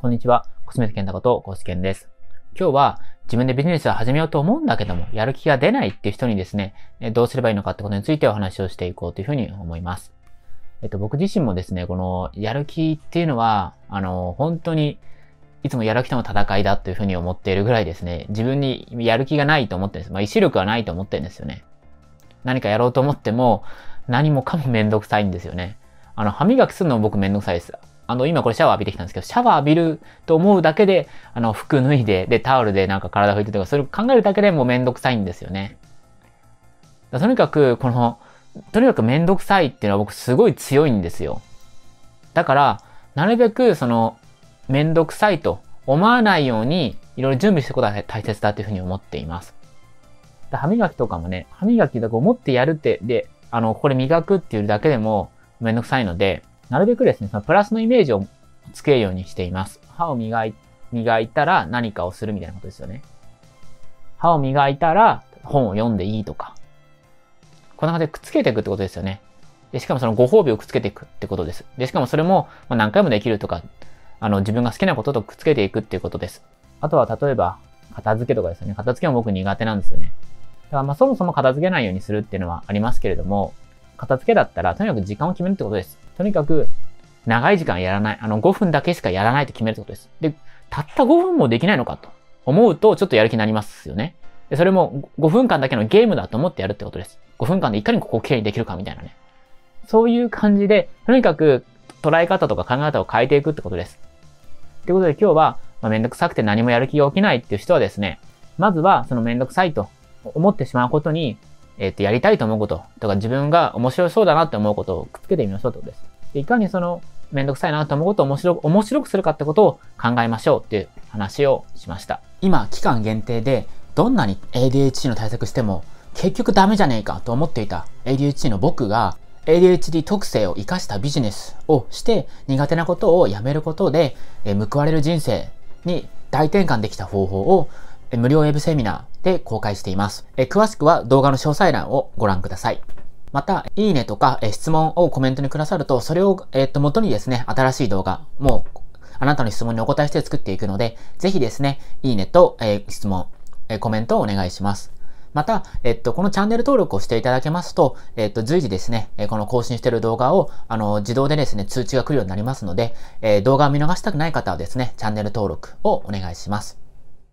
こんにちは。コスメ健太ことコスケンです。今日は自分でビジネスを始めようと思うんだけども、やる気が出ないっていう人にですね、どうすればいいのかってことについてお話をしていこうというふうに思います。僕自身もですね、このやる気っていうのは、本当にいつもやる気との戦いだというふうに思っているぐらいですね、自分にやる気がないと思ってるんです。意志力はないと思ってるんですよね。何かやろうと思っても、何もかもめんどくさいんですよね。歯磨きするのも僕めんどくさいです。今これシャワー浴びてきたんですけど、シャワー浴びると思うだけで、服脱いで、で、タオルでなんか体拭いてとか、それを考えるだけでもうめんどくさいんですよね。とにかくめんどくさいっていうのは僕すごい強いんですよ。だから、なるべくめんどくさいと思わないように、いろいろ準備していくことが大切だというふうに思っています。歯磨きとかもね、歯磨きだと思ってやるって、で、これ磨くっていうだけでもめんどくさいので、なるべくですね、そのプラスのイメージをつけるようにしています。歯を磨いたら何かをするみたいなことですよね。歯を磨いたら本を読んでいいとか。こんな感じでくっつけていくってことですよね。で、しかもそのご褒美をくっつけていくってことです。で、しかもそれも何回もできるとか、自分が好きなこととくっつけていくっていうことです。あとは例えば、片付けとかですよね。片付けも僕苦手なんですよね。だからそもそも片付けないようにするっていうのはありますけれども、片付けだったらとにかく時間を決めるってことです。とにかく長い時間やらない。5分だけしかやらないと決めるってことです。で、たった5分もできないのかと思うとちょっとやる気になりますよね。で、それも5分間だけのゲームだと思ってやるってことです。5分間でいかにここをきれいにできるかみたいなね。そういう感じで、とにかく捉え方とか考え方を変えていくってことです。ということで今日は、めんどくさくて何もやる気が起きないっていう人はですね、まずはそのめんどくさいと思ってしまうことに、やりたいと思うこととか自分が面白そうだなって思うことをくっつけてみましょうってことです。で、いかにめんどくさいなと思うことを面白くするかってことを考えましょうっていう話をしました。今、期間限定でどんなに ADHD の対策しても結局ダメじゃねえかと思っていた ADHD の僕が ADHD 特性を活かしたビジネスをして苦手なことをやめることで報われる人生に大転換できた方法を無料ウェブセミナーで公開しています。詳しくは動画の詳細欄をご覧ください。また、いいねとか質問をコメントにくださると、それを元にですね、新しい動画もあなたの質問にお答えして作っていくので、ぜひですね、いいねと質問、コメントをお願いします。また、このチャンネル登録をしていただけますと、随時ですね、この更新している動画を、自動でですね、通知が来るようになりますので、動画を見逃したくない方はですね、チャンネル登録をお願いします。